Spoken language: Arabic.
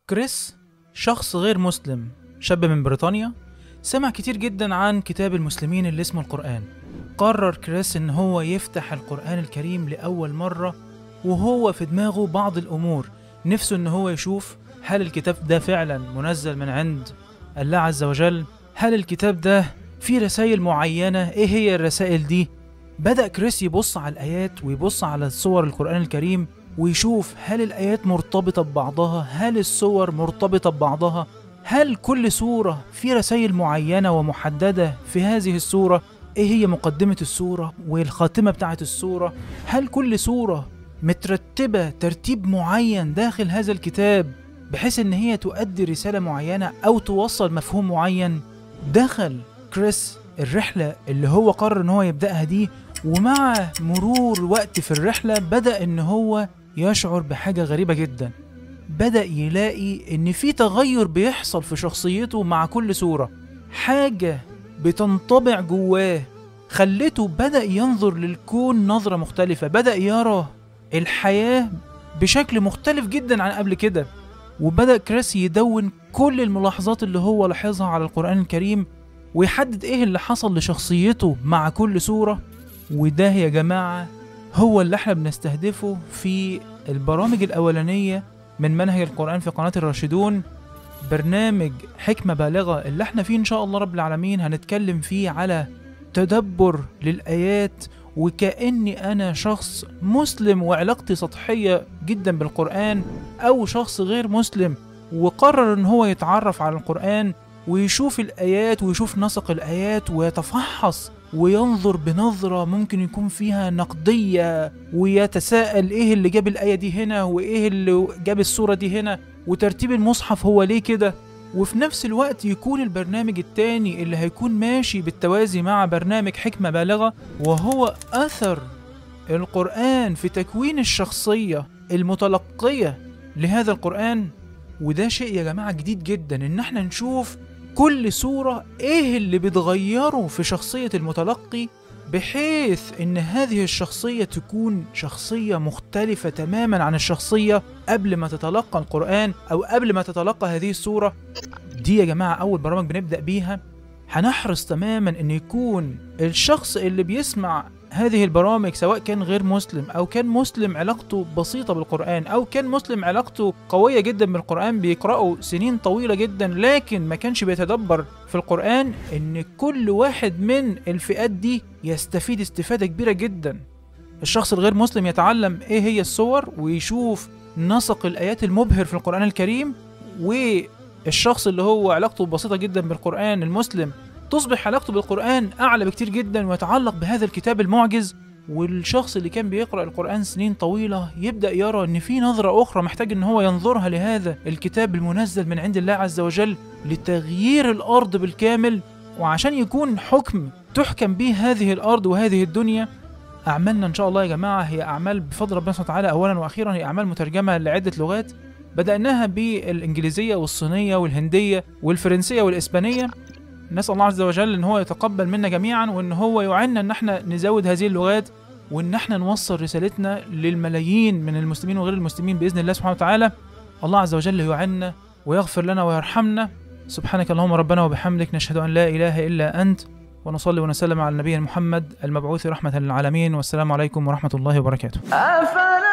كريس شخص غير مسلم، شاب من بريطانيا، سمع كتير جدا عن كتاب المسلمين اللي اسمه القرآن. قرر كريس ان هو يفتح القرآن الكريم لأول مرة، وهو في دماغه بعض الأمور، نفسه ان هو يشوف هل الكتاب ده فعلا منزل من عند الله عز وجل، هل الكتاب ده فيه رسائل معينة، ايه هي الرسائل دي. بدأ كريس يبص على الآيات ويبص على صور القرآن الكريم ويشوف هل الآيات مرتبطة ببعضها، هل الصور مرتبطة ببعضها، هل كل سورة في رسائل معينة ومحددة في هذه السورة، ايه هي مقدمة السورة والخاتمة بتاعت السورة، هل كل سورة مترتبة ترتيب معين داخل هذا الكتاب بحيث ان هي تؤدي رسالة معينة او توصل مفهوم معين. دخل كريس الرحلة اللي هو قرر ان هو يبدأها دي، ومع مرور وقت في الرحلة بدأ ان هو يشعر بحاجة غريبة جدا. بدأ يلاقي ان في تغير بيحصل في شخصيته مع كل سورة، حاجة بتنطبع جواه خلته بدأ ينظر للكون نظرة مختلفة، بدأ يرى الحياة بشكل مختلف جدا عن قبل كده. وبدأ كريس يدون كل الملاحظات اللي هو لاحظها على القرآن الكريم ويحدد ايه اللي حصل لشخصيته مع كل سورة. وده يا جماعة هو اللي احنا بنستهدفه في البرامج الأولانية من منهج القرآن في قناة الراشدون، برنامج حكمة بالغة اللي احنا فيه ان شاء الله رب العالمين هنتكلم فيه على تدبر للآيات، وكأني أنا شخص مسلم وعلاقتي سطحية جدا بالقرآن، أو شخص غير مسلم وقرر ان هو يتعرف على القرآن ويشوف الآيات ويشوف نسق الآيات ويتفحص وينظر بنظرة ممكن يكون فيها نقدية، ويتساءل ايه اللي جاب الآية دي هنا وايه اللي جاب السورة دي هنا وترتيب المصحف هو ليه كده. وفي نفس الوقت يكون البرنامج التاني اللي هيكون ماشي بالتوازي مع برنامج حكمة بالغة، وهو أثر القرآن في تكوين الشخصية المتلقية لهذا القرآن. وده شيء يا جماعة جديد جدا، ان احنا نشوف كل سورة ايه اللي بتغيره في شخصية المتلقي، بحيث ان هذه الشخصية تكون شخصية مختلفة تماما عن الشخصية قبل ما تتلقى القرآن او قبل ما تتلقى هذه السورة. دي يا جماعة اول برامج بنبدأ بيها. هنحرص تماما ان يكون الشخص اللي بيسمع هذه البرامج سواء كان غير مسلم أو كان مسلم علاقته بسيطة بالقرآن، أو كان مسلم علاقته قوية جدا بالقرآن بيقرأه سنين طويلة جدا لكن ما كانش بيتدبر في القرآن، إن كل واحد من الفئات دي يستفيد استفادة كبيرة جدا. الشخص الغير مسلم يتعلم إيه هي السور ويشوف نسق الآيات المبهر في القرآن الكريم، والشخص اللي هو علاقته بسيطة جدا بالقرآن المسلم تصبح علاقته بالقرآن أعلى بكتير جدا ويتعلق بهذا الكتاب المعجز. والشخص اللي كان بيقرأ القرآن سنين طويلة يبدأ يرى أن في نظرة أخرى محتاج أن هو ينظرها لهذا الكتاب المنزل من عند الله عز وجل لتغيير الأرض بالكامل، وعشان يكون حكم تحكم به هذه الأرض وهذه الدنيا. أعمالنا إن شاء الله يا جماعة هي أعمال بفضل ربنا سبحانه وتعالى أولا وأخيرا هي أعمال مترجمة لعدة لغات، بدأناها بالإنجليزية والصينية والهندية والفرنسية والإسبانية. نسأل الله عز وجل ان هو يتقبل منا جميعا، وان هو يعيننا ان احنا نزود هذه اللغات، وان احنا نوصل رسالتنا للملايين من المسلمين وغير المسلمين بإذن الله سبحانه وتعالى. الله عز وجل يعيننا ويغفر لنا ويرحمنا. سبحانك اللهم ربنا وبحمدك، نشهد أن لا إله إلا أنت، ونصلي ونسلم على النبي محمد المبعوث رحمة للعالمين. والسلام عليكم ورحمة الله وبركاته.